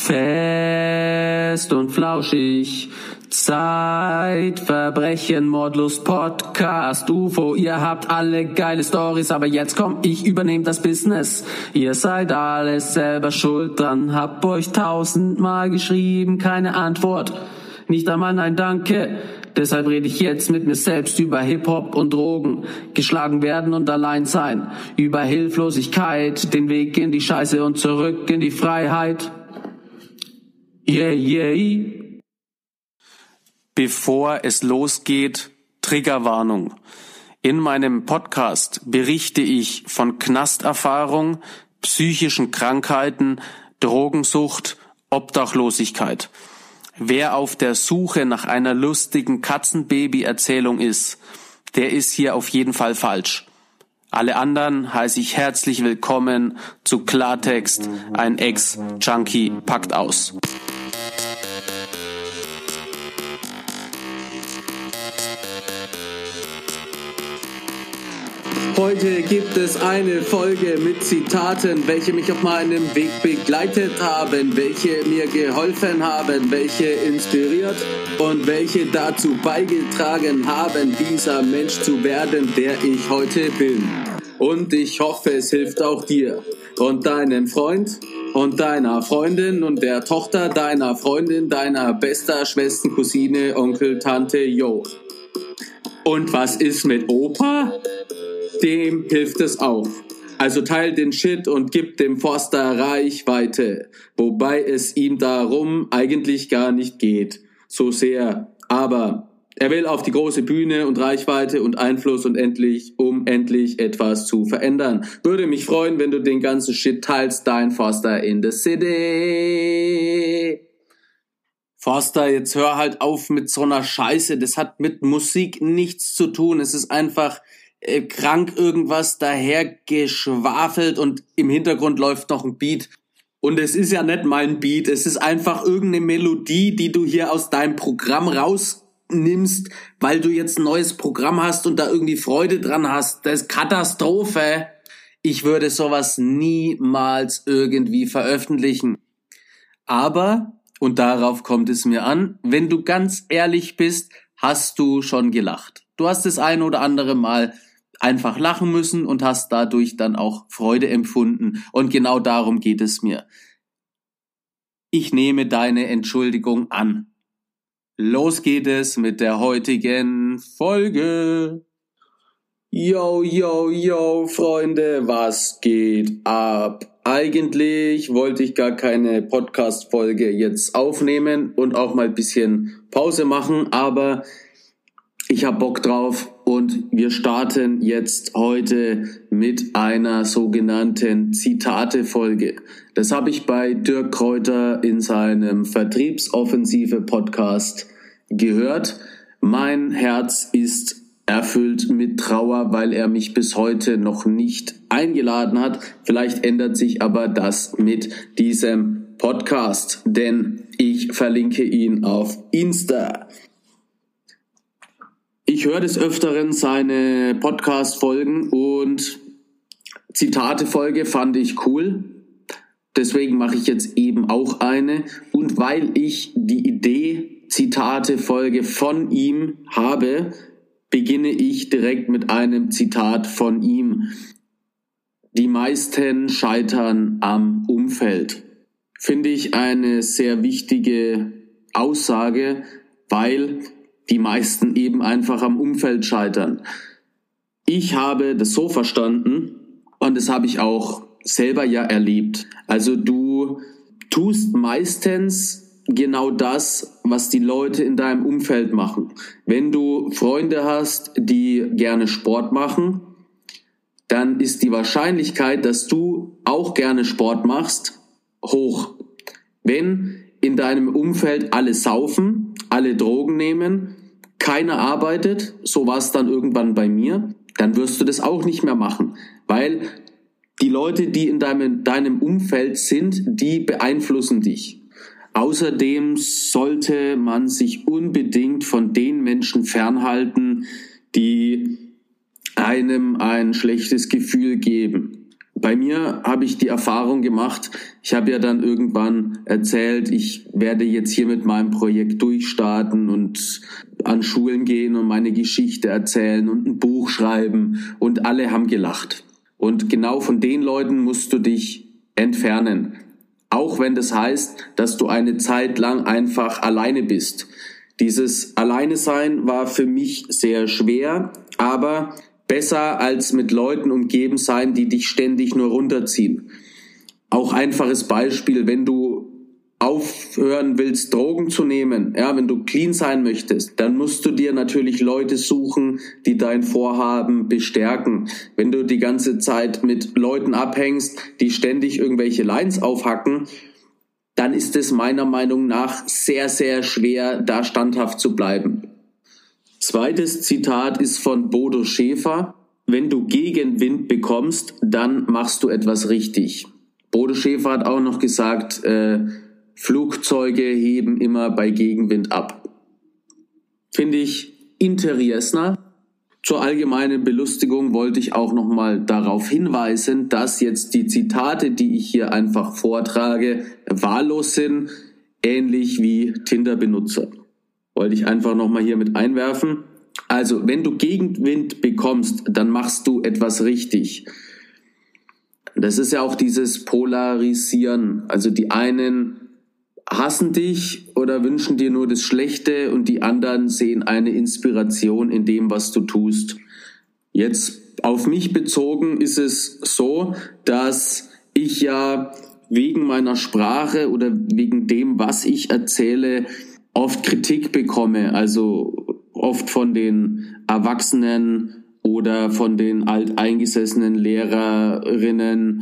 Fest und flauschig, Zeitverbrechen, Mordlust, Podcast, UFO, ihr habt alle geile Storys, aber jetzt komm, ich übernehm das Business. Ihr seid alles selber schuld dran, hab euch 1000-mal geschrieben, keine Antwort, nicht einmal nein danke. Deshalb rede ich jetzt mit mir selbst über Hip-Hop und Drogen, geschlagen werden und allein sein, über Hilflosigkeit, den Weg in die Scheiße und zurück in die Freiheit. Yeah, yeah. Bevor es losgeht, Triggerwarnung. In meinem Podcast berichte ich von Knasterfahrung, psychischen Krankheiten, Drogensucht, Obdachlosigkeit. Wer auf der Suche nach einer lustigen Katzenbaby-Erzählung ist, der ist hier auf jeden Fall falsch. Alle anderen heiße ich herzlich willkommen zu Klartext, ein Ex-Junkie packt aus. Heute gibt es eine Folge mit Zitaten, welche mich auf meinem Weg begleitet haben, welche mir geholfen haben, welche inspiriert und welche dazu beigetragen haben, dieser Mensch zu werden, der ich heute bin. Und ich hoffe, es hilft auch dir und deinem Freund und deiner Freundin und der Tochter deiner Freundin, deiner bester Schwester, Cousine, Onkel, Tante, yo. Und was ist mit Opa? Dem hilft es auch. Also teil den Shit und gib dem Forster Reichweite, wobei es ihm darum eigentlich gar nicht geht, so sehr. Aber er will auf die große Bühne und Reichweite und Einfluss und um endlich etwas zu verändern. Würde mich freuen, wenn du den ganzen Shit teilst, dein Forster in the City. Forster, jetzt hör halt auf mit so einer Scheiße, das hat mit Musik nichts zu tun, es ist einfach krank irgendwas dahergeschwafelt und im Hintergrund läuft noch ein Beat. Und es ist ja nicht mal ein Beat, es ist einfach irgendeine Melodie, die du hier aus deinem Programm rausnimmst, weil du jetzt ein neues Programm hast und da irgendwie Freude dran hast. Das ist Katastrophe. Ich würde sowas niemals irgendwie veröffentlichen. Aber, und darauf kommt es mir an, wenn du ganz ehrlich bist, hast du schon gelacht. Du hast das ein oder andere Mal einfach lachen müssen und hast dadurch dann auch Freude empfunden. Und genau darum geht es mir. Ich nehme deine Entschuldigung an. Los geht es mit der heutigen Folge. Yo, yo, yo, Freunde, was geht ab? Eigentlich wollte ich gar keine Podcast-Folge jetzt aufnehmen und auch mal ein bisschen Pause machen, aber ich hab Bock drauf und wir starten jetzt heute mit einer sogenannten Zitate-Folge. Das habe ich bei Dirk Kräuter in seinem Vertriebsoffensive-Podcast gehört. Mein Herz ist erfüllt mit Trauer, weil er mich bis heute noch nicht eingeladen hat. Vielleicht ändert sich aber das mit diesem Podcast, denn ich verlinke ihn auf Insta. Ich höre des Öfteren seine Podcast-Folgen und Zitate-Folge fand ich cool. Deswegen mache ich jetzt eben auch eine. Und weil ich die Idee Zitate-Folge von ihm habe, beginne ich direkt mit einem Zitat von ihm. Die meisten scheitern am Umfeld. Finde ich eine sehr wichtige Aussage, weil die meisten eben einfach am Umfeld scheitern. Ich habe das so verstanden und das habe ich auch selber ja erlebt. Also du tust meistens genau das, was die Leute in deinem Umfeld machen. Wenn du Freunde hast, die gerne Sport machen, dann ist die Wahrscheinlichkeit, dass du auch gerne Sport machst, hoch. Wenn in deinem Umfeld alle saufen, alle Drogen nehmen, keiner arbeitet, so war es dann irgendwann bei mir, dann wirst du das auch nicht mehr machen, weil die Leute, die in deinem Umfeld sind, die beeinflussen dich. Außerdem sollte man sich unbedingt von den Menschen fernhalten, die einem ein schlechtes Gefühl geben. Bei mir habe ich die Erfahrung gemacht, ich habe ja dann irgendwann erzählt, ich werde jetzt hier mit meinem Projekt durchstarten und an Schulen gehen und meine Geschichte erzählen und ein Buch schreiben und alle haben gelacht. Und genau von den Leuten musst du dich entfernen. Auch wenn das heißt, dass du eine Zeit lang einfach alleine bist. Dieses Alleine-Sein war für mich sehr schwer, aber besser als mit Leuten umgeben sein, die dich ständig nur runterziehen. Auch einfaches Beispiel, wenn du aufhören willst, Drogen zu nehmen, wenn du clean sein möchtest, dann musst du dir natürlich Leute suchen, die dein Vorhaben bestärken. Wenn du die ganze Zeit mit Leuten abhängst, die ständig irgendwelche Lines aufhacken, dann ist es meiner Meinung nach sehr, sehr schwer, da standhaft zu bleiben. Zweites Zitat ist von Bodo Schäfer. Wenn du Gegenwind bekommst, dann machst du etwas richtig. Bodo Schäfer hat auch noch gesagt, Flugzeuge heben immer bei Gegenwind ab. Finde ich interessant. Zur allgemeinen Belustigung wollte ich auch nochmal darauf hinweisen, dass jetzt die Zitate, die ich hier einfach vortrage, wahllos sind, ähnlich wie Tinder-Benutzer. Wollte ich einfach nochmal hier mit einwerfen. Also, wenn du Gegenwind bekommst, dann machst du etwas richtig. Das ist ja auch dieses Polarisieren. Also die einen hassen dich oder wünschen dir nur das Schlechte und die anderen sehen eine Inspiration in dem, was du tust. Jetzt auf mich bezogen ist es so, dass ich ja wegen meiner Sprache oder wegen dem, was ich erzähle, oft Kritik bekomme, also oft von den Erwachsenen oder von den alteingesessenen Lehrerinnen,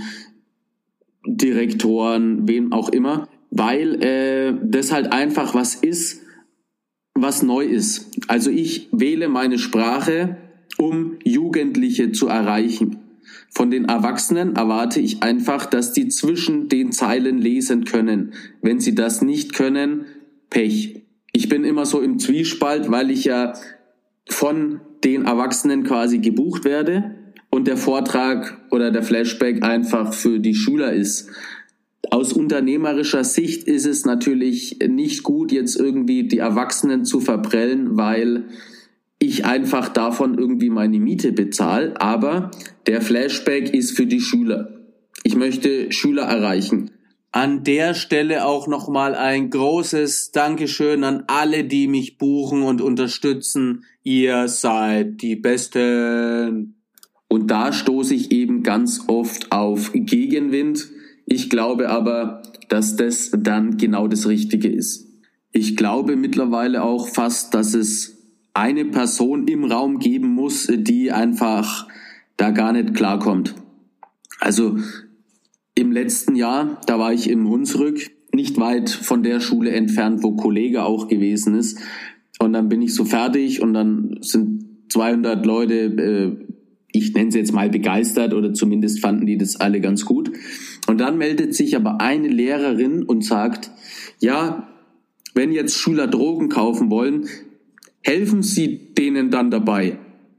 Direktoren, wem auch immer, weil das halt einfach was ist, was neu ist. Also ich wähle meine Sprache, um Jugendliche zu erreichen. Von den Erwachsenen erwarte ich einfach, dass die zwischen den Zeilen lesen können. Wenn sie das nicht können, Pech. Ich bin immer so im Zwiespalt, weil ich ja von den Erwachsenen quasi gebucht werde und der Vortrag oder der Flashback einfach für die Schüler ist. Aus unternehmerischer Sicht ist es natürlich nicht gut, jetzt irgendwie die Erwachsenen zu verprellen, weil ich einfach davon irgendwie meine Miete bezahle. Aber der Flashback ist für die Schüler. Ich möchte Schüler erreichen. An der Stelle auch nochmal ein großes Dankeschön an alle, die mich buchen und unterstützen. Ihr seid die Besten. Und da stoße ich eben ganz oft auf Gegenwind. Ich glaube aber, dass das dann genau das Richtige ist. Ich glaube mittlerweile auch fast, dass es eine Person im Raum geben muss, die einfach da gar nicht klarkommt. Also im letzten Jahr, da war ich im Hunsrück, nicht weit von der Schule entfernt, wo Kollege auch gewesen ist. Und dann bin ich so fertig und dann sind 200 Leute, ich nenne sie jetzt mal begeistert oder zumindest fanden die das alle ganz gut. Und dann meldet sich aber eine Lehrerin und sagt, ja, wenn jetzt Schüler Drogen kaufen wollen, helfen Sie denen dann dabei.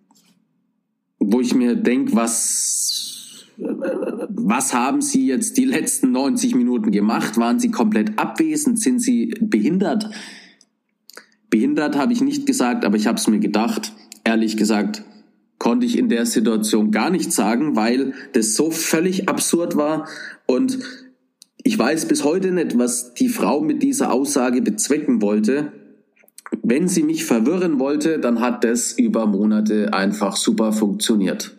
Wo ich mir denke, was haben Sie jetzt die letzten 90 Minuten gemacht? Waren Sie komplett abwesend? Sind Sie behindert? Behindert habe ich nicht gesagt, aber ich habe es mir gedacht. Ehrlich gesagt konnte ich in der Situation gar nichts sagen, weil das so völlig absurd war. Und ich weiß bis heute nicht, was die Frau mit dieser Aussage bezwecken wollte. Wenn sie mich verwirren wollte, dann hat das über Monate einfach super funktioniert.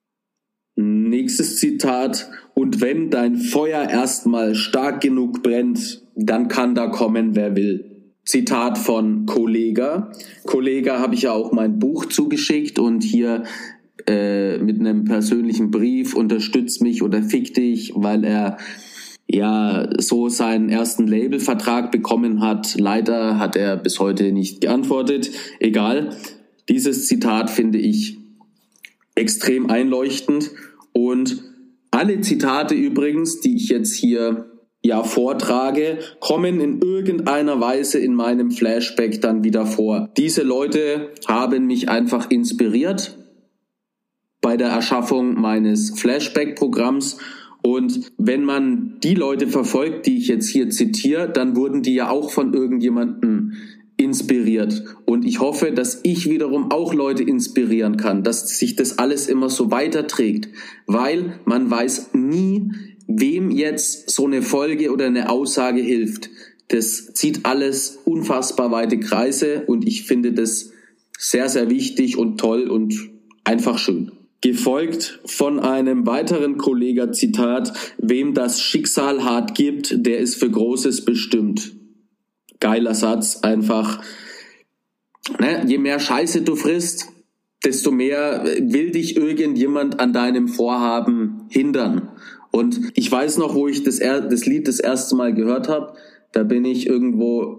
Nächstes Zitat. Und wenn dein Feuer erstmal stark genug brennt, dann kann da kommen, wer will. Zitat von Kollega. Kollega habe ich ja auch mein Buch zugeschickt und hier mit einem persönlichen Brief unterstützt mich oder fick dich, weil er ja so seinen ersten Labelvertrag bekommen hat. Leider hat er bis heute nicht geantwortet. Egal. Dieses Zitat finde ich extrem einleuchtend und alle Zitate übrigens, die ich jetzt hier vortrage, kommen in irgendeiner Weise in meinem Flashback dann wieder vor. Diese Leute haben mich einfach inspiriert bei der Erschaffung meines Flashback-Programms. Und wenn man die Leute verfolgt, die ich jetzt hier zitiere, dann wurden die ja auch von irgendjemandem inspiriert. Und ich hoffe, dass ich wiederum auch Leute inspirieren kann, dass sich das alles immer so weiterträgt, weil man weiß nie, wem jetzt so eine Folge oder eine Aussage hilft. Das zieht alles unfassbar weite Kreise und ich finde das sehr, sehr wichtig und toll und einfach schön. Gefolgt von einem weiteren Kollega-Zitat: Wem das Schicksal hart gibt, der ist für Großes bestimmt. Geiler Satz, einfach. Ne, je mehr Scheiße du frisst, desto mehr will dich irgendjemand an deinem Vorhaben hindern. Und ich weiß noch, wo ich das Lied das erste Mal gehört habe, da bin ich irgendwo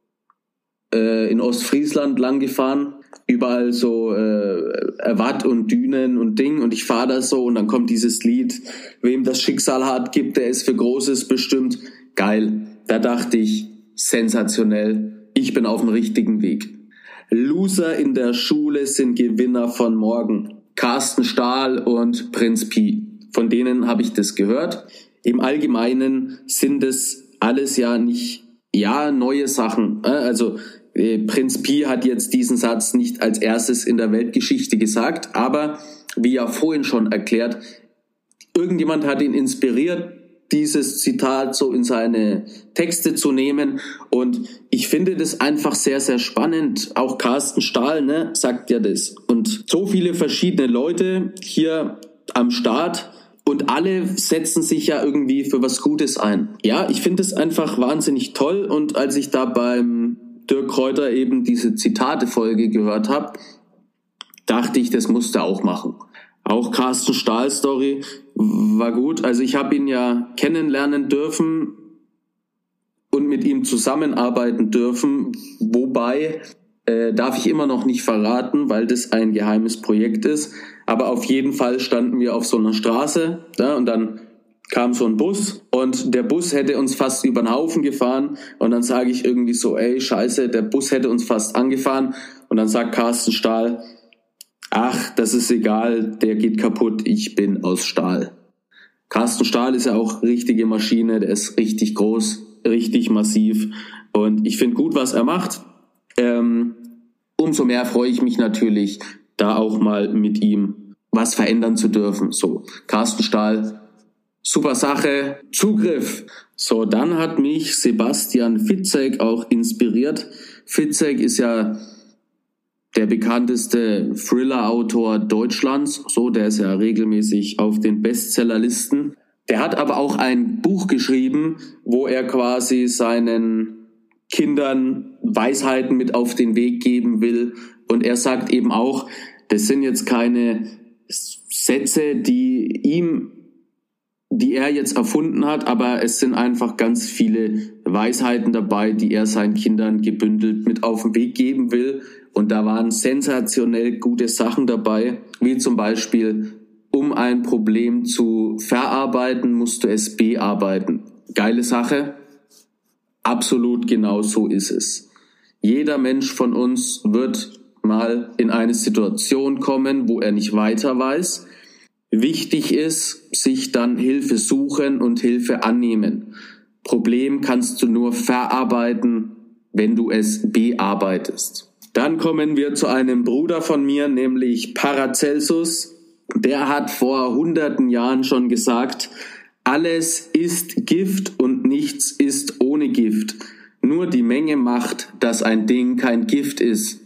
in Ostfriesland lang gefahren, überall so Watt und Dünen und Ding, und ich fahre da so und dann kommt dieses Lied: Wem das Schicksal hart gibt, der ist für Großes bestimmt. Geil. Da dachte ich, sensationell, ich bin auf dem richtigen Weg. Loser in der Schule sind Gewinner von morgen. Carsten Stahl und Prinz Pi. Von denen habe ich das gehört. Im Allgemeinen sind es alles ja nicht neue Sachen. Also Prinz Pi hat jetzt diesen Satz nicht als erstes in der Weltgeschichte gesagt, aber wie ja vorhin schon erklärt, irgendjemand hat ihn inspiriert, dieses Zitat so in seine Texte zu nehmen, und ich finde das einfach sehr, sehr spannend. Auch Carsten Stahl, sagt ja das. Und so viele verschiedene Leute hier am Start und alle setzen sich ja irgendwie für was Gutes ein. Ja, ich finde es einfach wahnsinnig toll, und als ich da beim Dirk Kräuter eben diese Zitate-Folge gehört habe, dachte ich, das musst du auch machen. Auch Carsten Stahl Story war gut. Also ich habe ihn ja kennenlernen dürfen und mit ihm zusammenarbeiten dürfen. Wobei darf ich immer noch nicht verraten, weil das ein geheimes Projekt ist. Aber auf jeden Fall standen wir auf so einer Straße, und dann kam so ein Bus und der Bus hätte uns fast über den Haufen gefahren, und dann sage ich irgendwie so: Ey, scheiße, der Bus hätte uns fast angefahren, und dann sagt Carsten Stahl: Ach, das ist egal, der geht kaputt, ich bin aus Stahl. Carsten Stahl ist ja auch richtige Maschine, der ist richtig groß, richtig massiv, und ich finde gut, was er macht. Umso mehr freue ich mich natürlich, da auch mal mit ihm was verändern zu dürfen. So, Carsten Stahl, super Sache, Zugriff. So, dann hat mich Sebastian Fitzek auch inspiriert. Fitzek ist ja der bekannteste Thriller-Autor Deutschlands. So, der ist ja regelmäßig auf den Bestsellerlisten. Der hat aber auch ein Buch geschrieben, wo er quasi seinen Kindern Weisheiten mit auf den Weg geben will. Und er sagt eben auch, das sind jetzt keine Sätze, die er jetzt erfunden hat, aber es sind einfach ganz viele Weisheiten dabei, die er seinen Kindern gebündelt mit auf den Weg geben will. Und da waren sensationell gute Sachen dabei, wie zum Beispiel: Um ein Problem zu verarbeiten, musst du es bearbeiten. Geile Sache. Absolut genau so ist es. Jeder Mensch von uns wird mal in eine Situation kommen, wo er nicht weiter weiß. Wichtig ist, sich dann Hilfe suchen und Hilfe annehmen. Problem kannst du nur verarbeiten, wenn du es bearbeitest. Dann kommen wir zu einem Bruder von mir, nämlich Paracelsus. Der hat vor hunderten Jahren schon gesagt: Alles ist Gift und nichts ist ohne Gift. Nur die Menge macht, dass ein Ding kein Gift ist.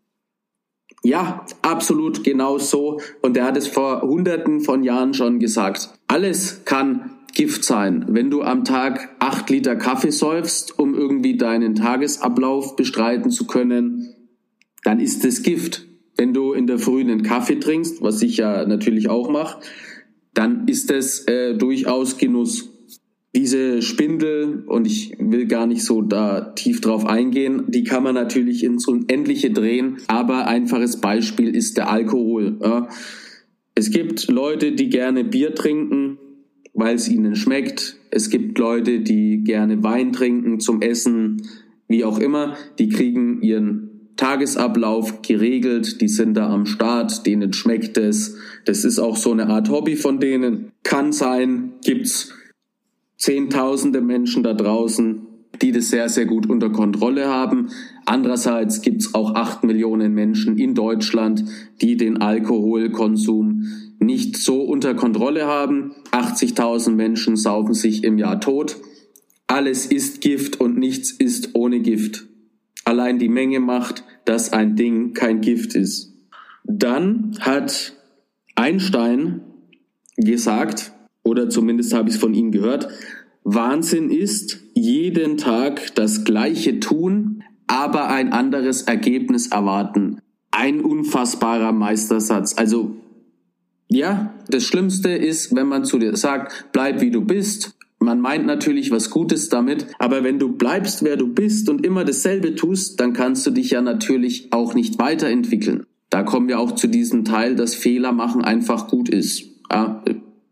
Ja, absolut genau so. Und er hat es vor hunderten von Jahren schon gesagt. Alles kann Gift sein. Wenn du am Tag 8 Liter Kaffee säufst, um irgendwie deinen Tagesablauf bestreiten zu können, dann ist es Gift. Wenn du in der Früh einen Kaffee trinkst, was ich ja natürlich auch mache, dann ist es durchaus Genuss. Diese Spindel, und ich will gar nicht so da tief drauf eingehen, die kann man natürlich ins Unendliche drehen, aber einfaches Beispiel ist der Alkohol. Ja. Es gibt Leute, die gerne Bier trinken, weil es ihnen schmeckt. Es gibt Leute, die gerne Wein trinken zum Essen, wie auch immer. Die kriegen ihren Tagesablauf geregelt, die sind da am Start, denen schmeckt es. Das ist auch so eine Art Hobby von denen. Kann sein, gibt's Zehntausende Menschen da draußen, die das sehr, sehr gut unter Kontrolle haben. Andererseits gibt's auch 8 Millionen Menschen in Deutschland, die den Alkoholkonsum nicht so unter Kontrolle haben. 80.000 Menschen saufen sich im Jahr tot. Alles ist Gift und nichts ist ohne Gift. Allein die Menge macht, dass ein Ding kein Gift ist. Dann hat Einstein gesagt, oder zumindest habe ich es von ihm gehört, Wahnsinn ist, jeden Tag das Gleiche tun, aber ein anderes Ergebnis erwarten. Ein unfassbarer Meistersatz. Also, ja, das Schlimmste ist, wenn man zu dir sagt, bleib wie du bist. Man meint natürlich was Gutes damit, aber wenn du bleibst, wer du bist und immer dasselbe tust, dann kannst du dich ja natürlich auch nicht weiterentwickeln. Da kommen wir auch zu diesem Teil, dass Fehler machen einfach gut ist. Ja,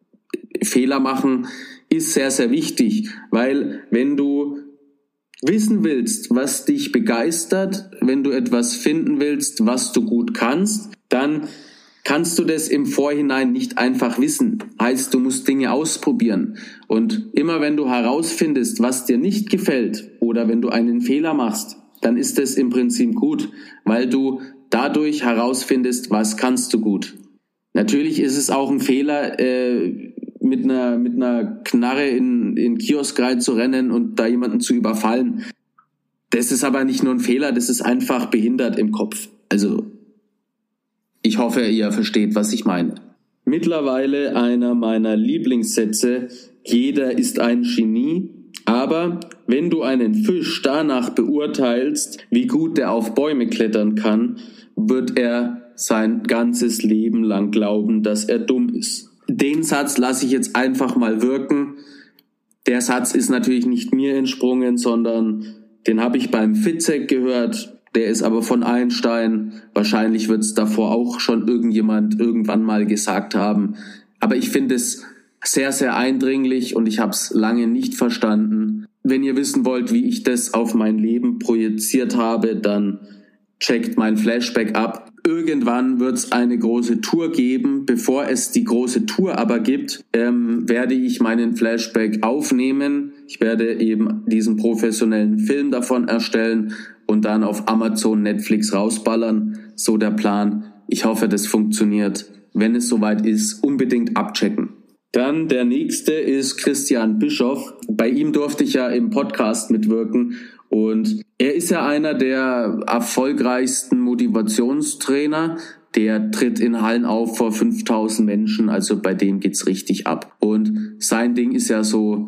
Fehler machen ist sehr, sehr wichtig, weil wenn du wissen willst, was dich begeistert, wenn du etwas finden willst, was du gut kannst, dann kannst du das im Vorhinein nicht einfach wissen. Heißt, du musst Dinge ausprobieren. Und immer wenn du herausfindest, was dir nicht gefällt oder wenn du einen Fehler machst, dann ist es im Prinzip gut, weil du dadurch herausfindest, was kannst du gut. Natürlich ist es auch ein Fehler, mit einer Knarre in Kiosk reinzurennen und da jemanden zu überfallen. Das ist aber nicht nur ein Fehler, das ist einfach behindert im Kopf. Also ich hoffe, ihr versteht, was ich meine. Mittlerweile einer meiner Lieblingssätze, jeder ist ein Genie, aber wenn du einen Fisch danach beurteilst, wie gut der auf Bäume klettern kann, wird er sein ganzes Leben lang glauben, dass er dumm ist. Den Satz lasse ich jetzt einfach mal wirken. Der Satz ist natürlich nicht mir entsprungen, sondern den habe ich beim Fitzek gehört. Der ist aber von Einstein. Wahrscheinlich wird es davor auch schon irgendjemand irgendwann mal gesagt haben. Aber ich finde es sehr, sehr eindringlich und ich habe es lange nicht verstanden. Wenn ihr wissen wollt, wie ich das auf mein Leben projiziert habe, dann checkt mein Flashback ab. Irgendwann wird es eine große Tour geben. Bevor es die große Tour aber gibt, werde ich meinen Flashback aufnehmen. Ich werde eben diesen professionellen Film davon erstellen und dann auf Amazon, Netflix rausballern. So der Plan. Ich hoffe, das funktioniert. Wenn es soweit ist, unbedingt abchecken. Dann der nächste ist Christian Bischoff. Bei ihm durfte ich ja im Podcast mitwirken und er ist ja einer der erfolgreichsten Motivationstrainer. Der tritt in Hallen auf vor 5.000 Menschen, also bei dem geht's richtig ab. Und sein Ding ist ja so,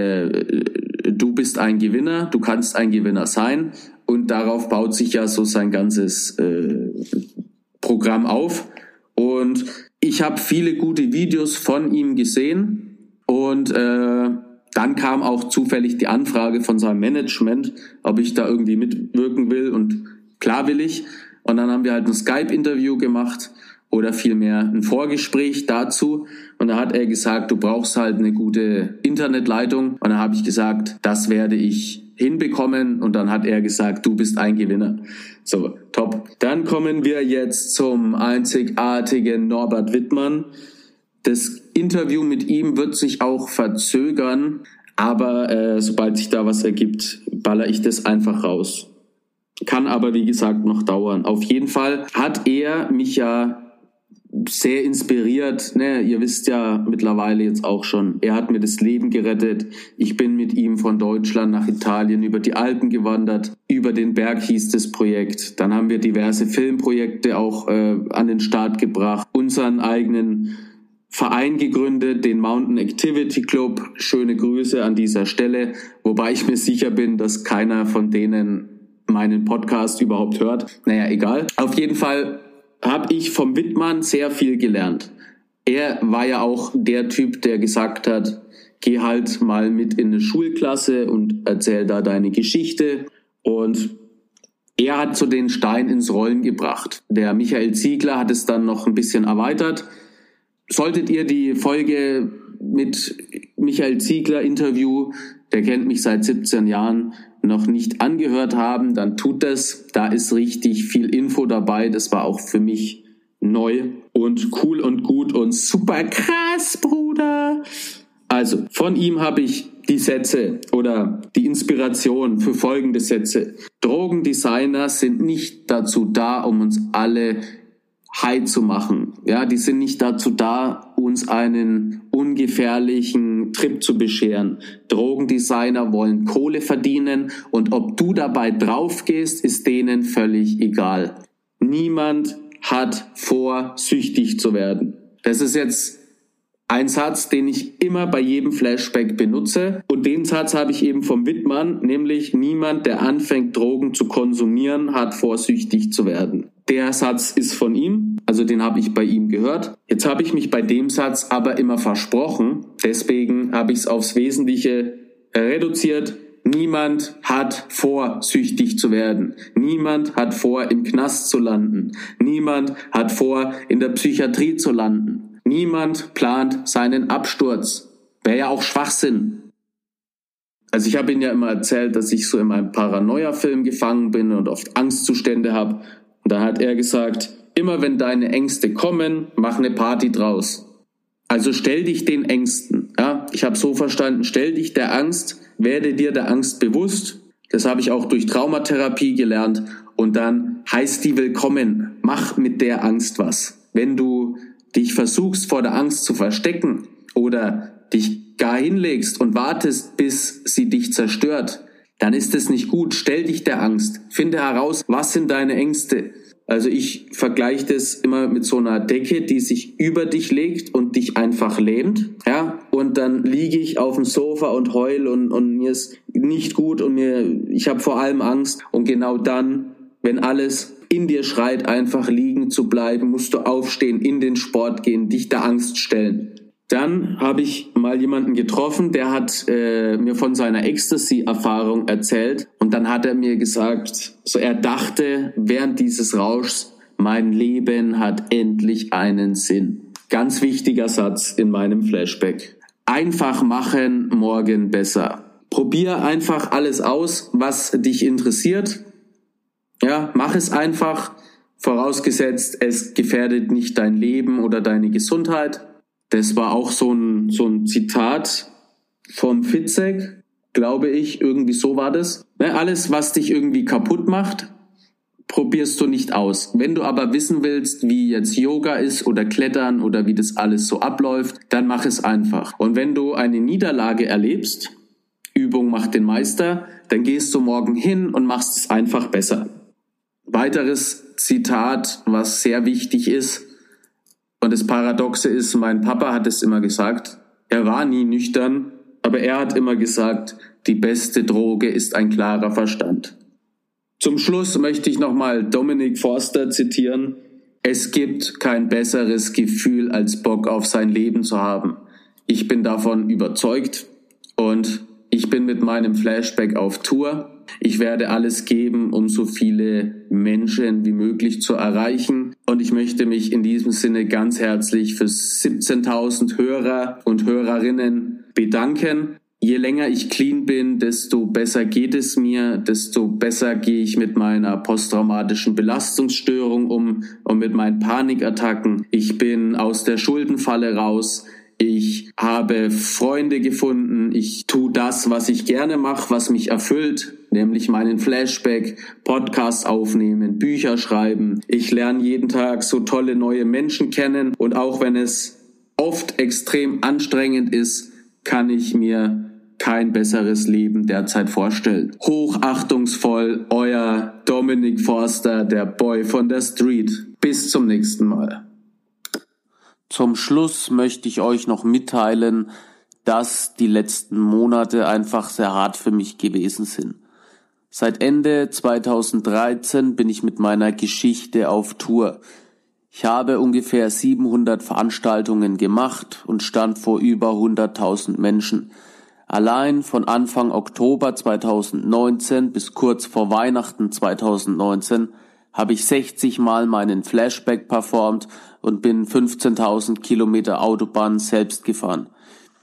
du bist ein Gewinner, du kannst ein Gewinner sein und darauf baut sich ja so sein ganzes Programm auf. Und ich habe viele gute Videos von ihm gesehen und dann kam auch zufällig die Anfrage von seinem Management, ob ich da irgendwie mitwirken will und klar will ich. Und dann haben wir halt ein Skype-Interview gemacht oder vielmehr ein Vorgespräch dazu. Und da hat er gesagt, du brauchst halt eine gute Internetleitung. Und dann habe ich gesagt, das werde ich hinbekommen. Und dann hat er gesagt, du bist ein Gewinner. So, top. Dann kommen wir jetzt zum einzigartigen Norbert Wittmann. Das Interview mit ihm wird sich auch verzögern. Aber sobald sich da was ergibt, baller ich das einfach raus. Kann aber, wie gesagt, noch dauern. Auf jeden Fall hat er mich ja sehr inspiriert. Ne, ihr wisst ja mittlerweile jetzt auch schon, er hat mir das Leben gerettet. Ich bin mit ihm von Deutschland nach Italien über die Alpen gewandert. Über den Berg hieß das Projekt. Dann haben wir diverse Filmprojekte auch an den Start gebracht. Unseren eigenen Verein gegründet, den Mountain Activity Club. Schöne Grüße an dieser Stelle. Wobei ich mir sicher bin, dass keiner von denen meinen Podcast überhaupt hört. Naja, egal. Auf jeden Fall habe ich vom Wittmann sehr viel gelernt. Er war ja auch der Typ, der gesagt hat, geh halt mal mit in eine Schulklasse und erzähl da deine Geschichte. Und er hat so den Stein ins Rollen gebracht. Der Michael Ziegler hat es dann noch ein bisschen erweitert. Solltet ihr die Folge mit Michael Ziegler Interview, der kennt mich seit 17 Jahren, noch nicht angehört haben, dann tut das. Da ist richtig viel Info dabei. Das war auch für mich neu und cool und gut und super krass, Bruder. Also, von ihm habe ich die Sätze oder die Inspiration für folgende Sätze. Drogendesigner sind nicht dazu da, um uns alle high zu machen. Ja, die sind nicht dazu da, uns einen ungefährlichen Trip zu bescheren. Drogendesigner wollen Kohle verdienen und ob du dabei drauf gehst, ist denen völlig egal. Niemand hat vor, süchtig zu werden. Das ist jetzt ein Satz, den ich immer bei jedem Flashback benutze. Und den Satz habe ich eben vom Wittmann, nämlich niemand, der anfängt, Drogen zu konsumieren, hat vor, süchtig zu werden. Der Satz ist von ihm, also den habe ich bei ihm gehört. Jetzt habe ich mich bei dem Satz aber immer versprochen. Deswegen habe ich es aufs Wesentliche reduziert. Niemand hat vor, süchtig zu werden. Niemand hat vor, im Knast zu landen. Niemand hat vor, in der Psychiatrie zu landen. Niemand plant seinen Absturz. Wäre ja auch Schwachsinn. Also ich habe Ihnen ja immer erzählt, dass ich so in meinem Paranoia-Film gefangen bin und oft Angstzustände habe. Und da hat er gesagt, immer wenn deine Ängste kommen, mach eine Party draus. Also stell dich den Ängsten. Ja? Ich habe so verstanden, stell dich der Angst, werde dir der Angst bewusst. Das habe ich auch durch Traumatherapie gelernt. Und dann heißt die willkommen. Mach mit der Angst was. Wenn du dich versuchst, vor der Angst zu verstecken oder dich gar hinlegst und wartest, bis sie dich zerstört, dann ist es nicht gut. Stell dich der Angst. Finde heraus, was sind deine Ängste. Also ich vergleiche das immer mit so einer Decke, die sich über dich legt und dich einfach lähmt. Ja, und dann liege ich auf dem Sofa und heul und mir ist nicht gut und ich habe vor allem Angst. Und genau dann, wenn alles in dir schreit, einfach liegen zu bleiben, musst du aufstehen, in den Sport gehen, dich der Angst stellen. Dann habe ich mal jemanden getroffen, der hat mir von seiner Ecstasy-Erfahrung erzählt. Und dann hat er mir gesagt, so er dachte während dieses Rauschs, mein Leben hat endlich einen Sinn. Ganz wichtiger Satz in meinem Flashback. Einfach machen, morgen besser. Probier einfach alles aus, was dich interessiert. Ja, mach es einfach, vorausgesetzt, es gefährdet nicht dein Leben oder deine Gesundheit. Das war auch so ein Zitat vom Fitzek, glaube ich, irgendwie so war das. Alles, was dich irgendwie kaputt macht, probierst du nicht aus. Wenn du aber wissen willst, wie jetzt Yoga ist oder Klettern oder wie das alles so abläuft, dann mach es einfach. Und wenn du eine Niederlage erlebst, Übung macht den Meister, dann gehst du morgen hin und machst es einfach besser. Weiteres Zitat, was sehr wichtig ist, und das Paradoxe ist, mein Papa hat es immer gesagt, er war nie nüchtern, aber er hat immer gesagt, die beste Droge ist ein klarer Verstand. Zum Schluss möchte ich nochmal Dominic Forster zitieren. Es gibt kein besseres Gefühl, als Bock auf sein Leben zu haben. Ich bin davon überzeugt und ich bin mit meinem Flashback auf Tour. Ich werde alles geben, um so viele Menschen wie möglich zu erreichen. Und ich möchte mich in diesem Sinne ganz herzlich für 17.000 Hörer und Hörerinnen bedanken. Je länger ich clean bin, desto besser geht es mir, desto besser gehe ich mit meiner posttraumatischen Belastungsstörung um und mit meinen Panikattacken. Ich bin aus der Schuldenfalle raus. Ich habe Freunde gefunden. Ich tue das, was ich gerne mache, was mich erfüllt, nämlich meinen Flashback, Podcast aufnehmen, Bücher schreiben. Ich lerne jeden Tag so tolle neue Menschen kennen und auch wenn es oft extrem anstrengend ist, kann ich mir kein besseres Leben derzeit vorstellen. Hochachtungsvoll, euer Dominic Forster, der Boy von der Street. Bis zum nächsten Mal. Zum Schluss möchte ich euch noch mitteilen, dass die letzten Monate einfach sehr hart für mich gewesen sind. Seit Ende 2013 bin ich mit meiner Geschichte auf Tour. Ich habe ungefähr 700 Veranstaltungen gemacht und stand vor über 100.000 Menschen. Allein von Anfang Oktober 2019 bis kurz vor Weihnachten 2019 habe ich 60 Mal meinen Flashback performt und bin 15.000 Kilometer Autobahn selbst gefahren.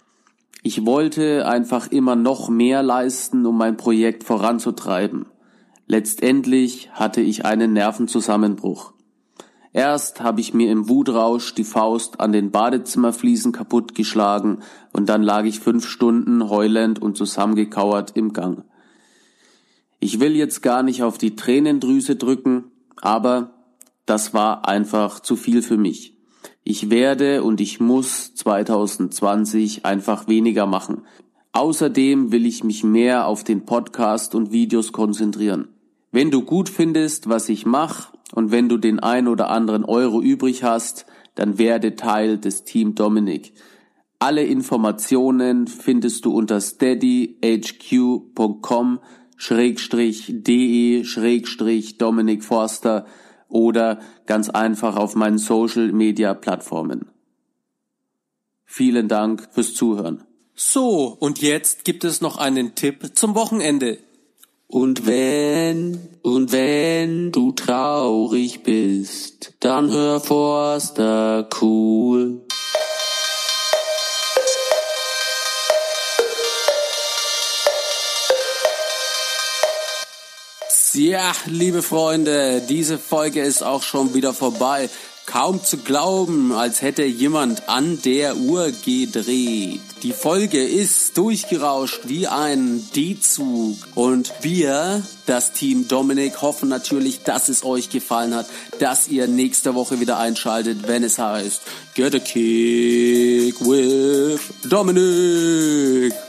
Ich wollte einfach immer noch mehr leisten, um mein Projekt voranzutreiben. Letztendlich hatte ich einen Nervenzusammenbruch. Erst habe ich mir im Wutrausch die Faust an den Badezimmerfliesen kaputtgeschlagen und dann lag ich 5 Stunden heulend und zusammengekauert im Gang. Ich will jetzt gar nicht auf die Tränendrüse drücken, aber das war einfach zu viel für mich. Ich werde und ich muss 2020 einfach weniger machen. Außerdem will ich mich mehr auf den Podcast und Videos konzentrieren. Wenn du gut findest, was ich mache und wenn du den ein oder anderen Euro übrig hast, dann werde Teil des Team Dominik. Alle Informationen findest du unter steadyhq.com/de/Dominik Forster oder ganz einfach auf meinen Social-Media-Plattformen. Vielen Dank fürs Zuhören. So, und jetzt gibt es noch einen Tipp zum Wochenende. Und wenn du traurig bist, dann hör Forster cool. Ja, liebe Freunde, diese Folge ist auch schon wieder vorbei. Kaum zu glauben, als hätte jemand an der Uhr gedreht. Die Folge ist durchgerauscht wie ein D-Zug. Und wir, das Team Dominik, hoffen natürlich, dass es euch gefallen hat, dass ihr nächste Woche wieder einschaltet, wenn es heißt Get a Kick with Dominik.